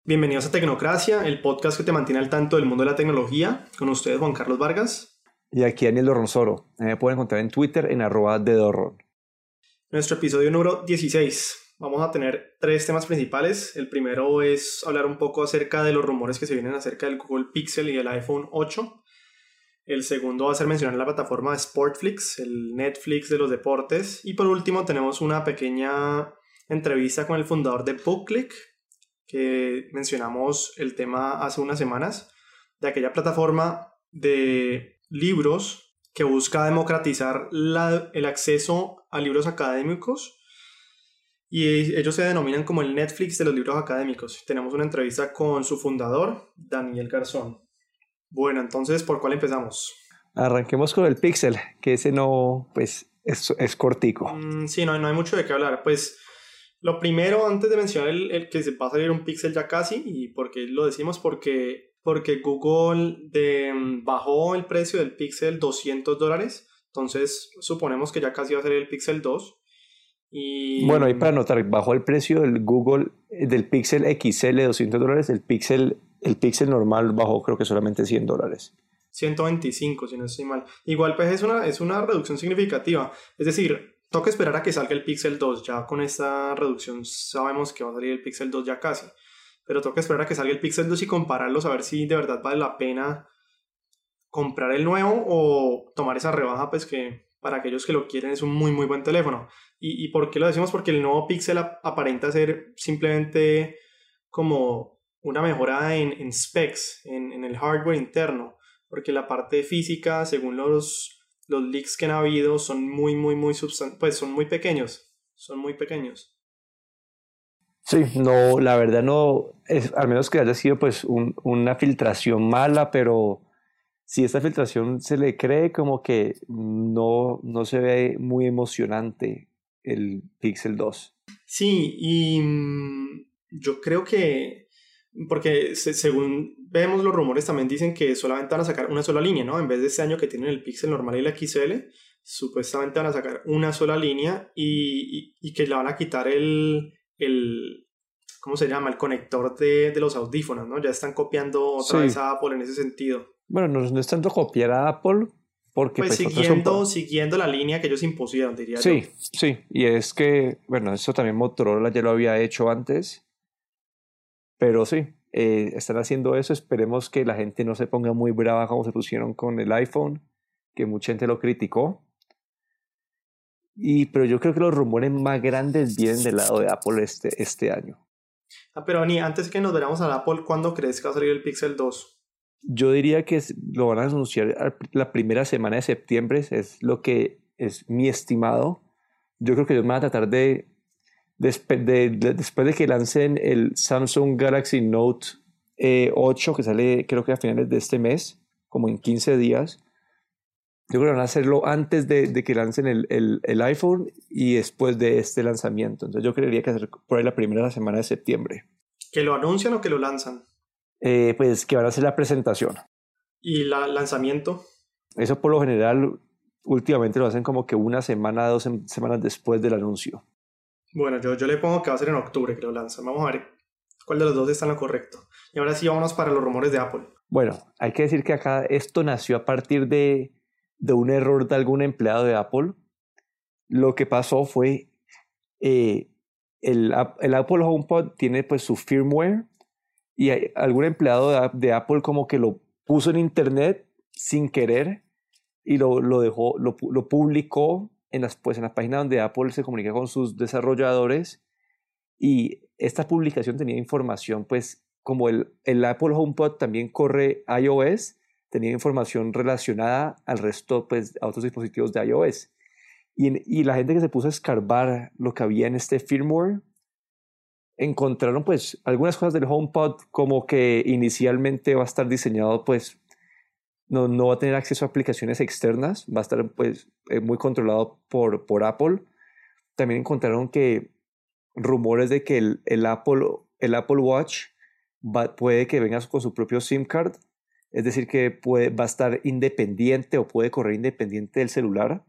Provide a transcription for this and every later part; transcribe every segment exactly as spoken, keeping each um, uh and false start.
Bienvenidos a Tecnocracia, el podcast que te mantiene al tanto del mundo de la tecnología. Con ustedes, Juan Carlos Vargas. Y aquí Daniel Dorronsoro. Me pueden encontrar en Twitter en arroba de Dorron. Nuestro episodio número dieciséis. Vamos a tener tres temas principales. El primero es hablar un poco acerca de los rumores que se vienen acerca del Google Pixel y el iPhone ocho. El segundo va a ser mencionar la plataforma Sportflix, el Netflix de los deportes. Y por último tenemos una pequeña entrevista con el fundador de Bookclick, que mencionamos el tema hace unas semanas, de aquella plataforma de libros que busca democratizar la, el acceso a libros académicos, y ellos se denominan como el Netflix de los libros académicos. Tenemos una entrevista con su fundador, Daniel Garzón. Bueno, entonces, ¿por cuál empezamos? Arranquemos con el Pixel, que ese no, pues, es, es cortico. Mm, sí, no, no hay mucho de qué hablar. Pues, lo primero, antes de mencionar el, el que se va a salir un Pixel ya casi, y por qué lo decimos, porque, porque Google de, bajó el precio del Pixel doscientos dólares, entonces suponemos que ya casi va a salir el Pixel dos. Y... Bueno, y para notar, bajó el precio del Google, del Pixel X L doscientos dólares, el Pixel, el Pixel normal bajó creo que solamente cien dólares. ciento veinticinco, si no estoy mal. Igual pues es una, es una reducción significativa, es decir, toca esperar a que salga el Pixel dos. Ya con esta reducción sabemos que va a salir el Pixel dos ya casi, pero toca esperar a que salga el Pixel dos y compararlos, a ver si de verdad vale la pena comprar el nuevo o tomar esa rebaja, pues que para aquellos que lo quieren es un muy muy buen teléfono. ¿Y, y por qué lo decimos? Porque el nuevo Pixel ap- aparenta ser simplemente como una mejora en, en specs, en, en el hardware interno, porque la parte física, según los los leaks que han habido, son muy, muy, muy substan- pues son muy pequeños, son muy pequeños. Sí, no, la verdad no, es, al menos que haya sido pues un, una filtración mala, pero si esta filtración se le cree, como que no, no se ve muy emocionante el Pixel dos. Sí, y mm, yo creo que, porque se- según vemos los rumores también dicen que solamente van a sacar una sola línea, ¿no? En vez de este año que tienen el Pixel normal y la X L, supuestamente van a sacar una sola línea y, y- y que le van a quitar el, el, ¿cómo se llama? El conector de, de los audífonos, ¿no? Ya están copiando otra vez Sí, a Apple en ese sentido. bueno, no, no es tanto copiar a Apple, porque Pues pues otras son... siguiendo, siguiendo la línea que ellos impusieron, diría yo. Sí, sí, y es que, bueno, eso también Motorola ya lo había hecho antes, pero sí, eh, están haciendo eso. Esperemos que la gente no se ponga muy brava como se pusieron con el iPhone, que mucha gente lo criticó. Y, pero yo creo que los rumores más grandes vienen del lado de Apple este, este año. Ah, pero ni antes que nos veramos a Apple, ¿cuándo crees que va a salir el Pixel dos? Yo diría que es- lo van a anunciar al- la primera semana de septiembre, es lo que es mi estimado. Yo creo que ellos van a tratar de, despe- de- de- después de que lancen el Samsung Galaxy Note eh, ocho, que sale creo que a finales de este mes, como en quince días. Yo creo que van a hacerlo antes de, de que lancen el, el, el iPhone y después de este lanzamiento. Entonces yo creería que hacer por ahí la primera semana de septiembre. ¿Que lo anuncian o que lo lanzan? Eh, pues que van a hacer la presentación. ¿Y la lanzamiento? Eso por lo general últimamente lo hacen como que una semana, dos sem- semanas después del anuncio. Bueno, yo, yo le pongo que va a ser en octubre que lo lanzan. Vamos a ver cuál de los dos está en lo correcto. Y ahora sí, vámonos para los rumores de Apple. Bueno, hay que decir que acá esto nació a partir de, de un error de algún empleado de Apple. Lo que pasó fue eh, el, ap- el Apple HomePod tiene pues su firmware y hay- algún empleado de, Ap- de Apple como que lo puso en internet sin querer y lo, lo dejó, lo, pu- lo publicó en las, pues, en la página donde Apple se comunica con sus desarrolladores, y esta publicación tenía información, pues como el, el Apple HomePod también corre iOS, tenía información relacionada al resto, pues a otros dispositivos de iOS. Y, en- y la gente que se puso a escarbar lo que había en este firmware, encontraron pues algunas cosas del HomePod, como que inicialmente va a estar diseñado pues no, no va a tener acceso a aplicaciones externas, va a estar pues eh, muy controlado por, por Apple. También encontraron que rumores de que el, el Apple, el Apple Watch va- puede que venga con su propio SIM card, es decir, que puede, va a estar independiente o puede correr independiente del celular.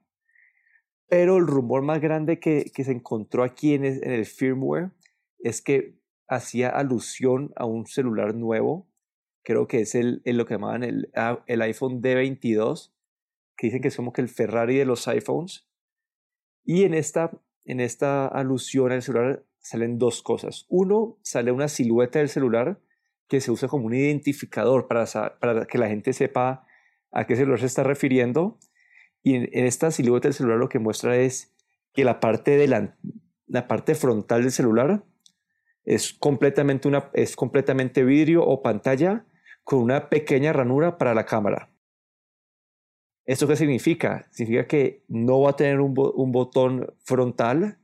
Pero el rumor más grande que, que se encontró aquí en, es- en el firmware es que hacía alusión a un celular nuevo, creo que es el, el lo que llamaban el, el iPhone D veintidós, que dicen que es como que el Ferrari de los iPhones. Y en esta, en esta alusión al celular salen dos cosas. Uno, sale una silueta del celular que se usa como un identificador para, para que la gente sepa a qué celular se está refiriendo. Y en, en esta silueta del celular lo que muestra es que la parte, de la, la parte frontal del celular es completamente, una, es completamente vidrio o pantalla con una pequeña ranura para la cámara. ¿Esto qué significa? Significa que no va a tener un, bo un botón frontal.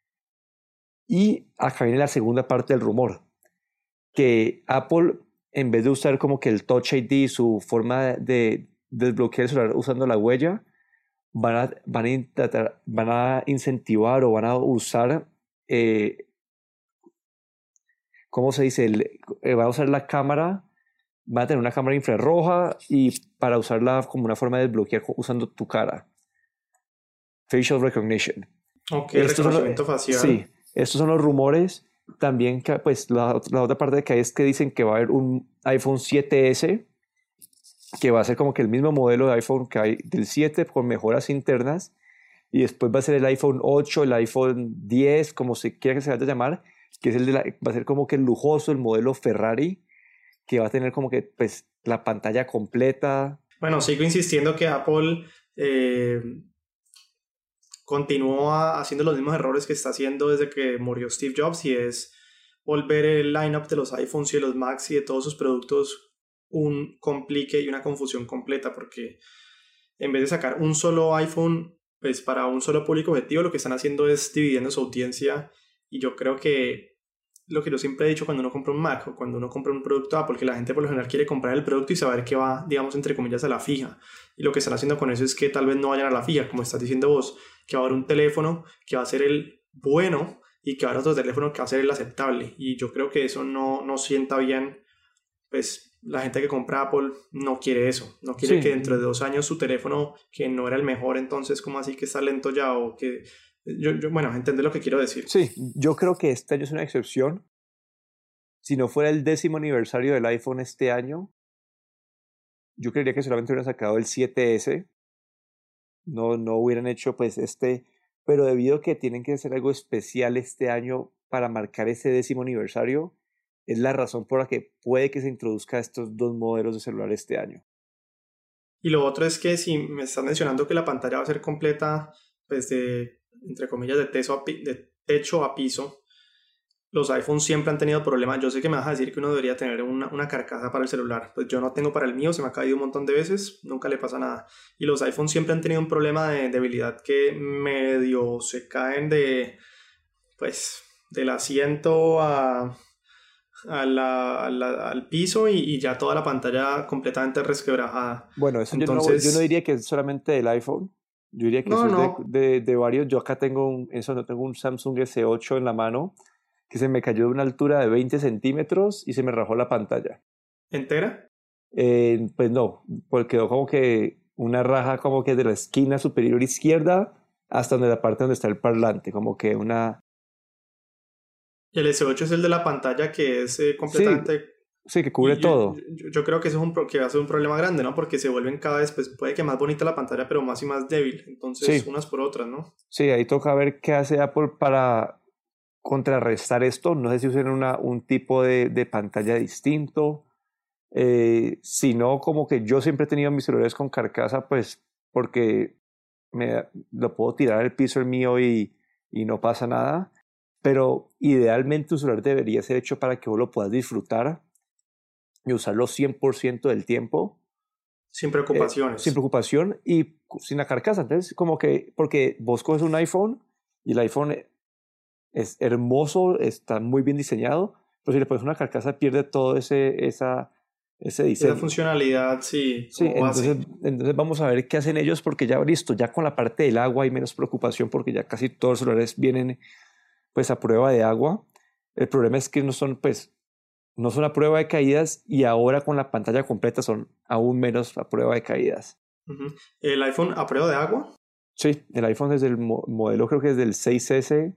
Y acá viene la segunda parte del rumor, que Apple, en vez de usar como que el Touch I D, su forma de desbloquear el celular usando la huella, van a, van a, intentar, van a incentivar o van a usar, eh, ¿cómo se dice? El, eh, van a usar la cámara, van a tener una cámara infrarroja y para usarla como una forma de desbloquear usando tu cara. Facial recognition. Ok, estos reconocimiento son, facial. Sí, estos son los rumores. También, pues, la, la otra parte de que hay es que dicen que va a haber un iPhone siete ese, que va a ser como que el mismo modelo de iPhone que hay del siete con mejoras internas, y después va a ser el iPhone ocho, el iPhone diez, como se quiera que se vaya a llamar, que es el de la, va a ser como que el lujoso, el modelo Ferrari, que va a tener como que pues la pantalla completa. Bueno, sigo insistiendo que Apple eh, continúa haciendo los mismos errores que está haciendo desde que murió Steve Jobs, y es volver el lineup de los iPhones y de los Macs y de todos sus productos un complique y una confusión completa, porque en vez de sacar un solo iPhone pues para un solo público objetivo, lo que están haciendo es dividiendo su audiencia. Y yo creo que lo que yo siempre he dicho cuando uno compra un Mac o cuando uno compra un producto Apple, que la gente por lo general quiere comprar el producto y saber que va, digamos, entre comillas, a la fija. Y lo que están haciendo con eso es que tal vez no vayan a la fija, como estás diciendo vos, que va a haber un teléfono que va a ser el bueno y que va a haber otro teléfono que va a ser el aceptable. Y yo creo que eso no, no sienta bien. Pues la gente que compra Apple no quiere eso, no quiere sí. que dentro de dos años su teléfono, que no era el mejor, entonces como así que está lento ya, o que yo, yo bueno, entender lo que quiero decir. Sí, yo creo que este año es una excepción. Si no fuera el décimo aniversario del iPhone este año, yo creería que solamente hubieran sacado el siete ese, no, no hubieran hecho pues este, pero debido a que tienen que hacer algo especial este año para marcar ese décimo aniversario, es la razón por la que puede que se introduzca estos dos modelos de celular este año. Y lo otro es que si me estás mencionando que la pantalla va a ser completa, pues de, entre comillas, de techo a, pi- de techo a piso, los iPhones siempre han tenido problemas. Yo sé que me vas a decir que uno debería tener una, una carcasa para el celular. Pues yo no tengo para el mío, se me ha caído un montón de veces, nunca le pasa nada. Y los iPhones siempre han tenido un problema de debilidad, que medio se caen de, pues, del asiento a... A la, a la, al piso y, y ya toda la pantalla completamente resquebrajada. Bueno, eso Entonces, yo, no, yo no diría que es solamente del iPhone, yo diría que no, eso no. es de, de, de varios. Yo acá tengo un, eso no tengo un Samsung S ocho en la mano que se me cayó de una altura de veinte centímetros y se me rajó la pantalla. ¿Entera? Eh, pues no, porque quedó como que una raja como que de la esquina superior izquierda hasta donde la parte donde está el parlante, como que una... Y el S ocho es el de la pantalla que es eh, completamente... Sí, sí, que cubre yo, todo. Yo, yo creo que eso es un, pro, que va a ser un problema grande, ¿no? Porque se vuelven cada vez, pues puede que más bonita la pantalla, pero más y más débil. Entonces, sí. unas por otras, ¿no? Sí, ahí toca ver qué hace Apple para contrarrestar esto. No sé si usan una, un tipo de, de pantalla distinto. Eh, si no, como que yo siempre he tenido mis celulares con carcasa, pues porque me, lo puedo tirar al piso el mío y, y no pasa nada. Pero idealmente un celular debería ser hecho para que vos lo puedas disfrutar y usarlo cien por ciento del tiempo. Sin preocupaciones. Eh, sin preocupación y sin la carcasa. Entonces, como que, porque vos coges un iPhone y el iPhone es hermoso, está muy bien diseñado, pero si le pones una carcasa pierde todo ese, esa, ese diseño. Esa funcionalidad, sí. Sí, entonces, entonces vamos a ver qué hacen ellos, porque ya listo, ya con la parte del agua hay menos preocupación porque ya casi todos los celulares vienen pues a prueba de agua. El problema es que no son pues no son a prueba de caídas y ahora con la pantalla completa son aún menos a prueba de caídas. Uh-huh. ¿El iPhone a prueba de agua? Sí, el iPhone desde el mo- modelo creo que es del seis ese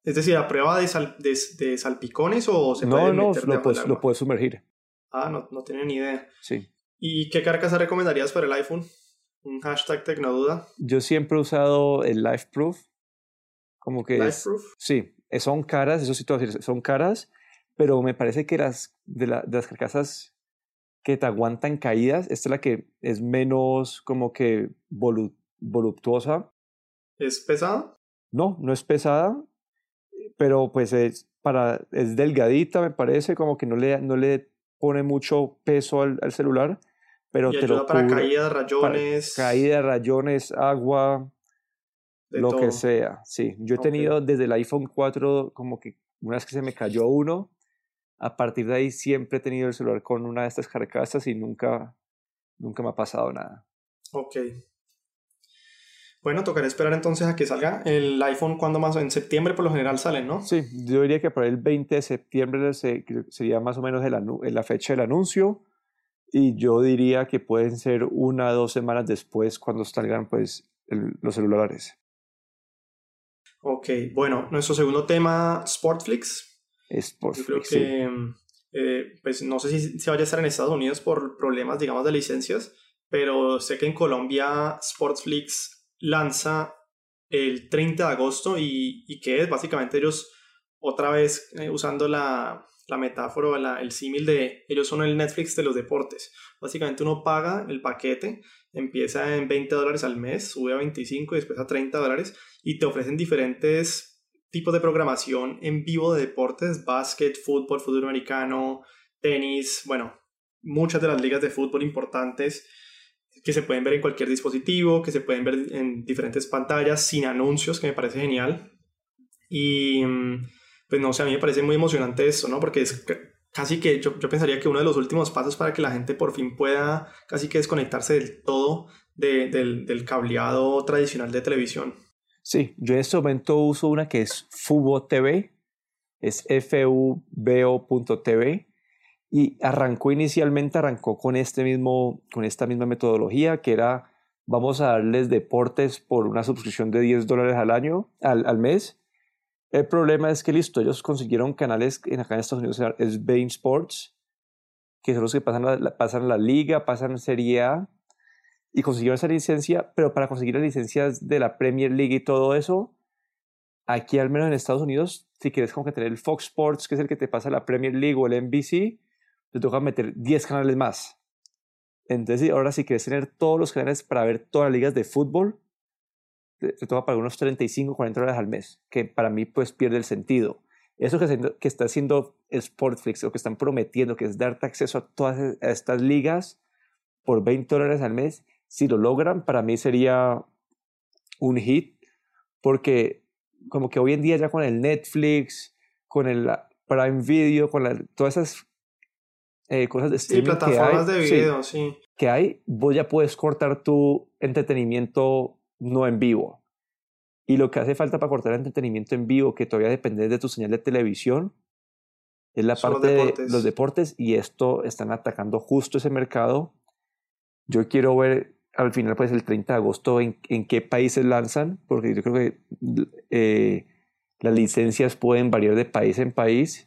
Es decir, ¿a prueba de, sal, de, de salpicones o se No, puede no, meter lo debajo del puedes, agua? lo puedes sumergir. Ah, no, no tiene ni idea. Sí. ¿Y qué carcasa recomendarías para el iPhone? Un hashtag Tecnoduda. Yo siempre he usado el LifeProof, como que es, LifeProof. sí, son caras, eso sí te voy a decir, son caras, pero me parece que las, de, la, de las carcasas que te aguantan caídas, esta es la que es menos como que volu, voluptuosa. ¿Es pesada? No, no es pesada, pero pues es, para, es delgadita, me parece, como que no le, no le pone mucho peso al, al celular, pero Y te ayuda lo para cubre. caídas, Para rayones, caída, rayones, agua, de lo que todo. sea. Sí, yo he Ok. tenido desde el iPhone cuatro como que una vez que se me cayó uno, a partir de ahí siempre he tenido el celular con una de estas carcasas y nunca, nunca me ha pasado nada. Ok. Bueno, tocará esperar entonces a que salga el iPhone. ¿Cuándo más? En septiembre por lo general salen, ¿no? Sí, yo diría que para el veinte de septiembre se- sería más o menos el anu- la fecha del anuncio y yo diría que pueden ser una o dos semanas después cuando salgan pues el- los celulares. Ok. Bueno, nuestro segundo tema, Sportflix. Yo creo Sportflix, sí. que, mm, eh, pues no sé si se vaya a estar en Estados Unidos por problemas, digamos, de licencias, pero sé que en Colombia Sportflix lanza el treinta de agosto y, y que es básicamente ellos, otra vez eh, usando la, la metáfora, o la- el símil de ellos son el Netflix de los deportes. Básicamente uno paga el paquete, empieza en veinte dólares al mes, sube a veinticinco y después a treinta dólares y te ofrecen diferentes tipos de programación en vivo de deportes, básquet, fútbol, fútbol americano, tenis, bueno, muchas de las ligas de fútbol importantes que se pueden ver en cualquier dispositivo, que se pueden ver en diferentes pantallas, sin anuncios, que me parece genial. Y mm, pues no sé, a mí me parece muy emocionante esto, ¿no? Porque es c- casi que yo, yo pensaría que uno de los últimos pasos para que la gente por fin pueda casi que desconectarse del todo de- del, del cableado tradicional de televisión. Sí, yo en este momento uso una que es Fubo T V, es F U B O punto T V y arrancó inicialmente, arrancó con, este mismo, con esta misma metodología que era vamos a darles deportes por una suscripción de diez dólares al año, al, al mes. El problema es que listo, ellos consiguieron canales en, acá en Estados Unidos, es Bein Sports, que son los que pasan la, la- pasan la liga, pasan Serie A, y consiguieron esa licencia, pero para conseguir las licencias de la Premier League y todo eso, aquí al menos en Estados Unidos, si quieres como que tener el Fox Sports, que es el que te pasa la Premier League o el N B C, te toca meter diez canales más. Entonces, ahora si quieres tener todos los canales para ver todas las ligas de fútbol, te, te toca pagar unos treinta y cinco, cuarenta dólares al mes, que para mí pues pierde el sentido. Eso que, haciendo- que está haciendo Sportflix, lo que están prometiendo, que es darte acceso a todas e- a estas ligas por veinte dólares al mes, si lo logran, para mí sería un hit, porque como que hoy en día ya con el Netflix, con el Prime Video, con la- todas esas eh, cosas de Sí, streaming que plataformas hay, de sí, video, sí. que hay, vos ya puedes cortar tu entretenimiento no en vivo. Y lo que hace falta para cortar el entretenimiento en vivo, que todavía depende de tu señal de televisión, es la Son los parte de los deportes. deportes y esto están atacando justo ese mercado. Yo quiero ver al final, pues el treinta de agosto, en, en qué países lanzan, porque yo creo que eh, las licencias pueden variar de país en país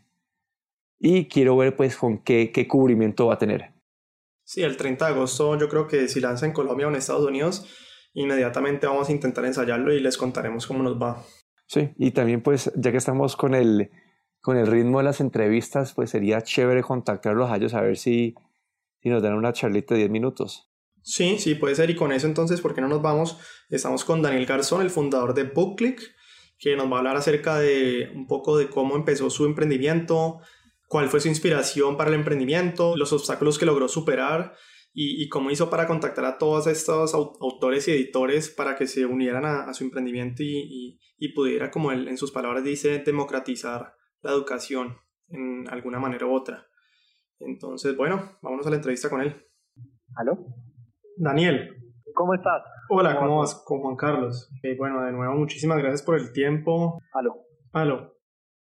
y quiero ver pues con qué, qué cubrimiento va a tener. Sí, el treinta de agosto yo creo que si lanza en Colombia o en Estados Unidos, inmediatamente vamos a intentar ensayarlo y les contaremos cómo nos va. Sí, y también pues ya que estamos con el, con el ritmo de las entrevistas, pues sería chévere contactarlos a ellos a ver si, si nos dan una charlita de diez minutos. Sí, sí, puede ser. Y con eso entonces, ¿por qué no nos vamos? Estamos con Daniel Garzón, el fundador de BookClick, que nos va a hablar acerca de un poco de cómo empezó su emprendimiento, cuál fue su inspiración para el emprendimiento, los obstáculos que logró superar y, y cómo hizo para contactar a todos estos au- autores y editores para que se unieran a, a su emprendimiento y, y- y pudiera, como él en sus palabras dice, democratizar la educación en alguna manera u otra. Entonces, bueno, vámonos a la entrevista con él. ¿Aló? Daniel. ¿Cómo estás? Hola, ¿Cómo va ¿cómo todo? vas? Con Juan Carlos. Ok, bueno, de nuevo, muchísimas gracias por el tiempo. Aló. Aló.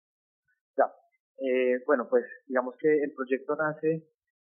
Ya. Eh, bueno, pues digamos que el proyecto nace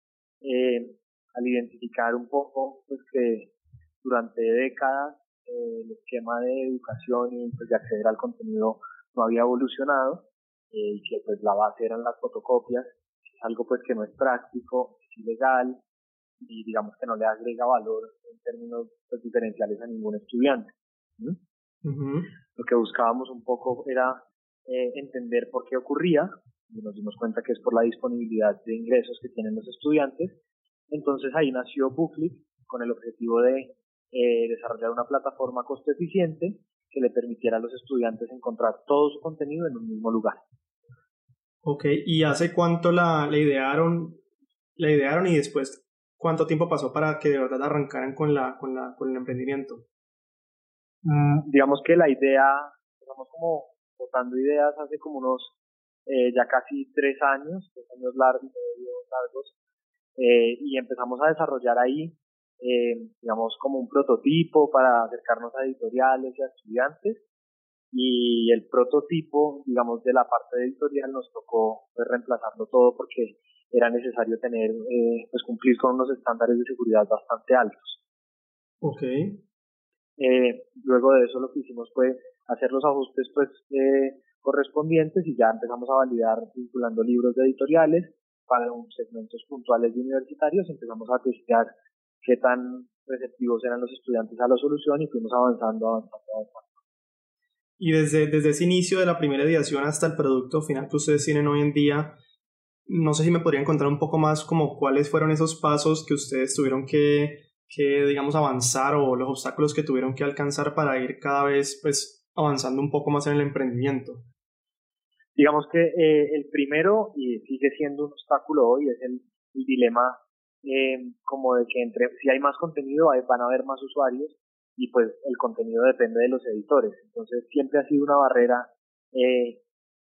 eh, al identificar un poco pues que durante décadas eh, el esquema de educación y pues, de acceder al contenido no había evolucionado eh, y que pues la base eran las fotocopias, algo pues que no es práctico, es ilegal y digamos que no le agrega valor en términos pues, diferenciales a ningún estudiante. ¿Mm? Uh-huh. Lo que buscábamos un poco era eh, entender por qué ocurría y nos dimos cuenta que es por la disponibilidad de ingresos que tienen los estudiantes. Entonces ahí nació Booklit con el objetivo de eh, desarrollar una plataforma costo eficiente que le permitiera a los estudiantes encontrar todo su contenido en un mismo lugar. Ok, ¿y hace cuánto la, la idearon, la idearon y después cuánto tiempo pasó para que de verdad arrancaran con la, con la, con el emprendimiento? Mm, digamos que la idea, estamos como botando ideas hace como unos eh, ya casi tres años, tres años largos, medio largos, eh, y empezamos a desarrollar ahí, eh, digamos, como un prototipo para acercarnos a editoriales y a estudiantes. Y el prototipo, digamos, de la parte editorial nos tocó pues, reemplazarlo todo porque era necesario tener, eh, pues cumplir con unos estándares de seguridad bastante altos. Ok. Eh, luego de eso lo que hicimos fue hacer los ajustes pues eh, correspondientes y ya empezamos a validar vinculando libros de editoriales para un segmentos puntuales de universitarios, empezamos a testear qué tan receptivos eran los estudiantes a la solución y fuimos avanzando, avanzando, avanzando. Y desde, desde ese inicio de la primera ideación hasta el producto final que ustedes tienen hoy en día, no sé si me podrían contar un poco más como cuáles fueron esos pasos que ustedes tuvieron que, que digamos, avanzar o los obstáculos que tuvieron que alcanzar para ir cada vez, pues, avanzando un poco más en el emprendimiento. Digamos que eh, el primero, y sigue siendo un obstáculo hoy, es el, el dilema eh, como de que entre si hay más contenido hay, van a haber más usuarios y pues el contenido depende de los editores. Entonces siempre ha sido una barrera eh,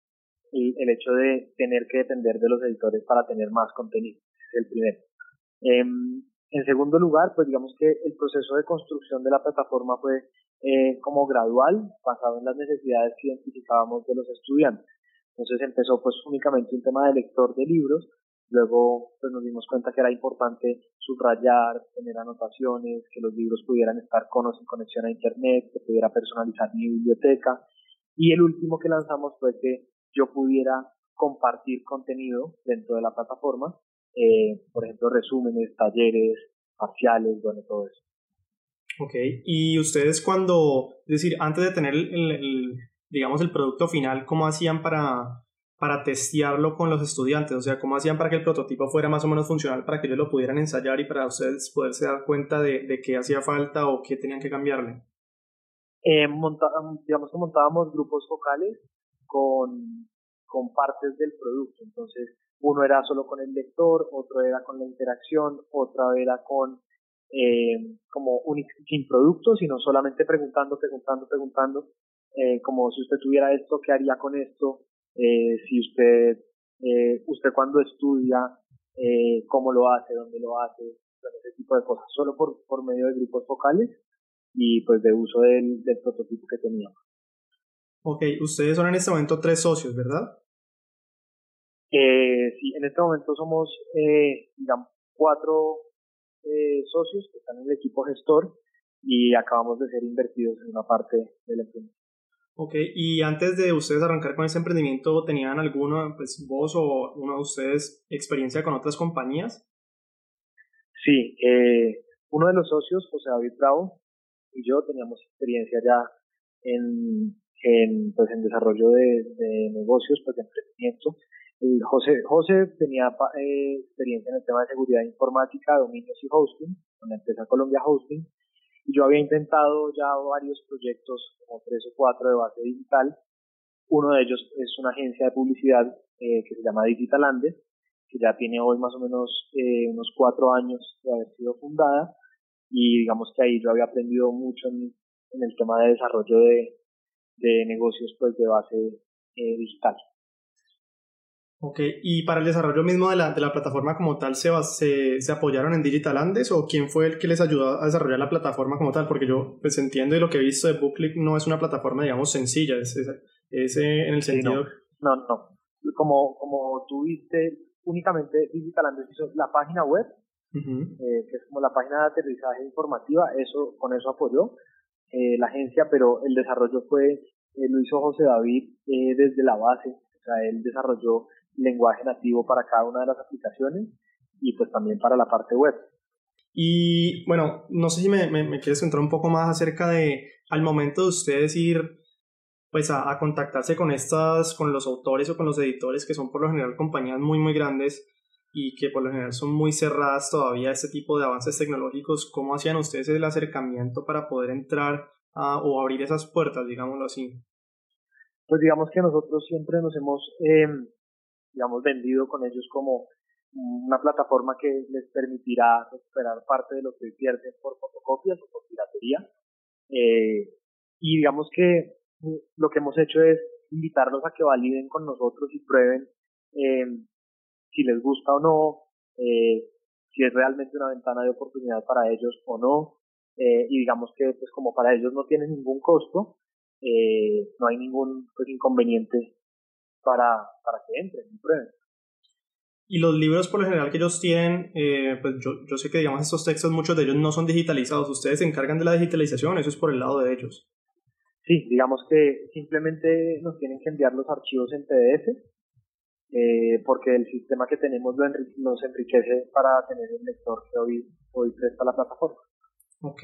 el, el hecho de tener que depender de los editores para tener más contenido. Es el primero. Eh, en segundo lugar, pues digamos que el proceso de construcción de la plataforma fue eh, como gradual, basado en las necesidades que identificábamos de los estudiantes. Entonces empezó pues únicamente un tema de lector de libros, luego pues nos dimos cuenta que era importante subrayar, tener anotaciones, que los libros pudieran estar con o sin conexión a internet, que pudiera personalizar mi biblioteca, y el último que lanzamos fue que yo pudiera compartir contenido dentro de la plataforma, eh, por ejemplo resúmenes, talleres, parciales, bueno, todo eso. Ok, y ustedes cuando, es decir, antes de tener el, el, el digamos, el producto final, ¿cómo hacían para, para testearlo con los estudiantes? O sea, ¿cómo hacían para que el prototipo fuera más o menos funcional para que ellos lo pudieran ensayar y para ustedes poderse dar cuenta de, de qué hacía falta o qué tenían que cambiarle? Eh, monta, digamos que montábamos grupos focales con, con partes del producto. Entonces, uno era solo con el lector, otro era con la interacción, otra era con eh, como un sin producto, sino solamente preguntando, preguntando, preguntando. Eh, como si usted tuviera esto, ¿qué haría con esto? Eh, si usted, eh, usted cuando estudia, eh, ¿cómo lo hace? ¿Dónde lo hace? Bueno, ese tipo de cosas, solo por, por medio de grupos focales y pues de uso del, del prototipo que teníamos. Ok, ustedes son en este momento tres socios, ¿verdad? Eh, sí, en este momento somos, eh, digamos, cuatro eh, socios que están en el equipo gestor y acabamos de ser invertidos en una parte del emprendimiento. Ok, y antes de ustedes arrancar con ese emprendimiento, ¿tenían alguno, pues vos o uno de ustedes, experiencia con otras compañías? Sí, eh, uno de los socios, José David Bravo, y yo teníamos experiencia ya en, en, pues, en desarrollo de, de negocios, pues de emprendimiento. El José, José tenía eh, experiencia en el tema de seguridad informática, dominios y hosting, con la empresa Colombia Hosting. Y yo había intentado ya varios proyectos, como tres o cuatro de base digital. Uno de ellos es una agencia de publicidad eh, que se llama Digital Andes, que ya tiene hoy más o menos eh, unos cuatro años de haber sido fundada. Y digamos que ahí yo había aprendido mucho en, en el tema de desarrollo de, de negocios pues de base eh, digital. Ok, y para el desarrollo mismo de la, de la plataforma como tal, ¿se, se, ¿se apoyaron en Digital Andes o quién fue el que les ayudó a desarrollar la plataforma como tal? Porque yo pues entiendo y lo que he visto de Booklit no es una plataforma, digamos, sencilla, es, es, es eh, en el Sí, sentido... no, no, no. Como, como tú viste, únicamente Digital Andes hizo la página web, Uh-huh. eh, que es como la página de aterrizaje informativa, eso con eso apoyó eh, la agencia, pero el desarrollo fue eh, lo hizo José David eh, desde la base, o sea, él desarrolló lenguaje nativo para cada una de las aplicaciones y pues también para la parte web. Y bueno, no sé si me, me, me quieres contar un poco más acerca de, al momento de ustedes ir pues a, a contactarse con estas, con los autores o con los editores, que son por lo general compañías muy muy grandes y que por lo general son muy cerradas todavía a este tipo de avances tecnológicos. ¿Cómo hacían ustedes el acercamiento para poder entrar a, o abrir esas puertas, digámoslo así? Pues digamos que nosotros siempre nos hemos eh, digamos vendido con ellos como una plataforma que les permitirá recuperar parte de lo que pierden por fotocopias o por piratería. Eh, y digamos que lo que hemos hecho es invitarlos a que validen con nosotros y prueben eh, si les gusta o no, eh, si es realmente una ventana de oportunidad para ellos o no, eh, y digamos que pues como para ellos no tiene ningún costo, eh, no hay ningún pues, inconveniente para, para que entren y prueben. Y los libros por lo general que ellos tienen, eh, pues yo, yo sé que digamos estos textos, muchos de ellos no son digitalizados. ¿Ustedes se encargan de la digitalización? Eso es por el lado de ellos. Sí, digamos que simplemente nos tienen que enviar los archivos en P D F, eh, porque el sistema que tenemos lo enri- nos enriquece para tener el lector que hoy, hoy presta la plataforma. Ok.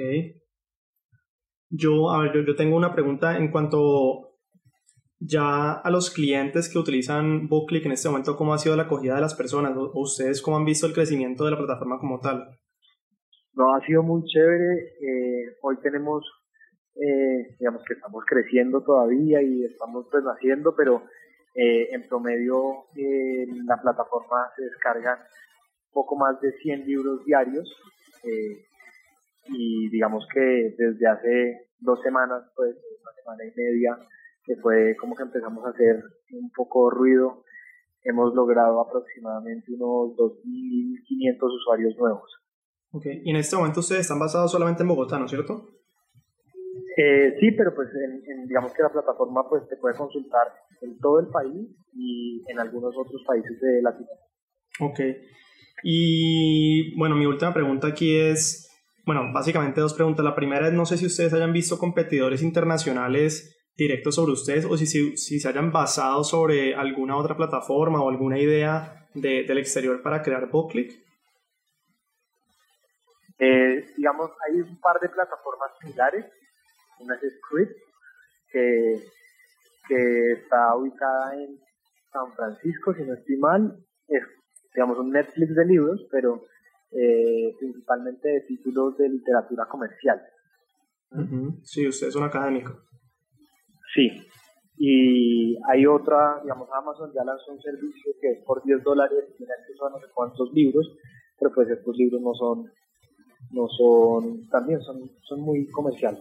Yo, a ver, yo, yo tengo una pregunta en cuanto ya a los clientes que utilizan Booklick en este momento. ¿Cómo ha sido la acogida de las personas? ¿O ustedes cómo han visto el crecimiento de la plataforma como tal? No, ha sido muy chévere. Eh, hoy tenemos, eh, digamos que estamos creciendo todavía y estamos pues naciendo, pero eh, en promedio eh, en la plataforma se descargan poco más de cien libros diarios eh, y digamos que desde hace dos semanas, pues una semana y media, que fue como que empezamos a hacer un poco ruido, hemos logrado aproximadamente unos dos mil quinientos usuarios nuevos. Ok, y en este momento ustedes están basados solamente en Bogotá, ¿no es cierto? Eh, sí, pero pues en, en, digamos que la plataforma pues te puede consultar en todo el país y en algunos otros países de Latinoamérica. Ok, y bueno, mi última pregunta aquí es, bueno, básicamente dos preguntas. La primera es, no sé si ustedes hayan visto competidores internacionales directos sobre ustedes o si, si, si se hayan basado sobre alguna otra plataforma o alguna idea de, del exterior para crear Booklick. Eh, digamos, hay un par de plataformas similares. Una es Script, que, que está ubicada en San Francisco, si no estoy mal. Es, digamos, un Netflix de libros, pero eh, principalmente de títulos de literatura comercial. Uh-huh. Sí, usted es un académico. Sí. Y hay otra, digamos, Amazon ya lanzó un servicio que es por diez dólares y tiene acceso a no sé cuántos libros, pero pues estos libros no son, no son, también son, son muy comerciales.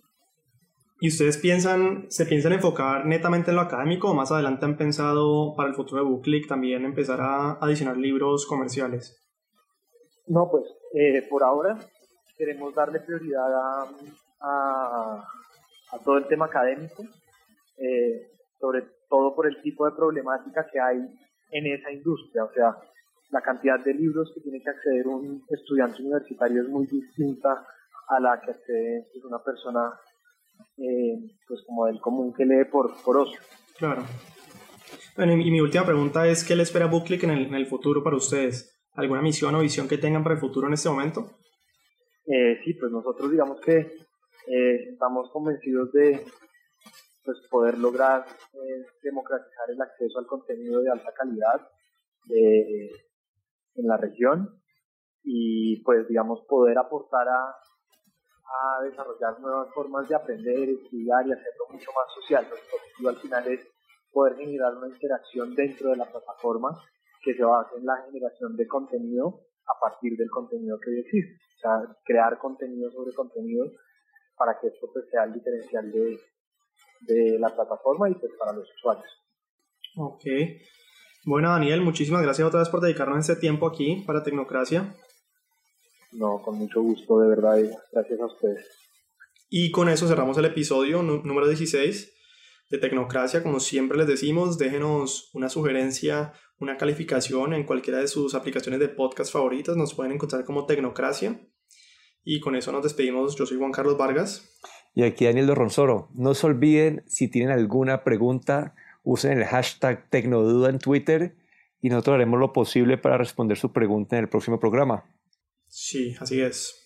¿Y ustedes piensan, se piensan enfocar netamente en lo académico o más adelante han pensado para el futuro de Booklick también empezar a adicionar libros comerciales? No, pues eh, por ahora queremos darle prioridad a, a, a todo el tema académico, eh, sobre todo por el tipo de problemática que hay en esa industria. O sea, la cantidad de libros que tiene que acceder un estudiante universitario es muy distinta a la que accede pues, una persona Eh, pues como del común que lee por, por ocio. Claro. Bueno, y, y mi última pregunta es, ¿qué le espera Booklick en el, en el futuro para ustedes? ¿Alguna misión o visión que tengan para el futuro en este momento? Eh, sí, pues nosotros digamos que eh, estamos convencidos de pues, poder lograr eh, democratizar el acceso al contenido de alta calidad eh, en la región y pues digamos poder aportar a a desarrollar nuevas formas de aprender, estudiar y hacerlo mucho más social. Nuestro objetivo al final es poder generar una interacción dentro de la plataforma que se base en la generación de contenido a partir del contenido que existe. O sea, crear contenido sobre contenido para que esto pues, sea el diferencial de, de la plataforma y pues para los usuarios. Ok. Bueno, Daniel, muchísimas gracias otra vez por dedicarnos este tiempo aquí para Tecnocracia. No, con mucho gusto, de verdad, y gracias a ustedes. Y con eso cerramos el episodio número dieciséis de Tecnocracia. Como siempre les decimos, déjenos una sugerencia, una calificación en cualquiera de sus aplicaciones de podcast favoritas. Nos pueden encontrar como Tecnocracia. Y con eso nos despedimos. Yo soy Juan Carlos Vargas. Y aquí Daniel Dorronsoro. No se olviden, si tienen alguna pregunta, usen el hashtag Tecnoduda en Twitter y nosotros haremos lo posible para responder su pregunta en el próximo programa. Sí, así es.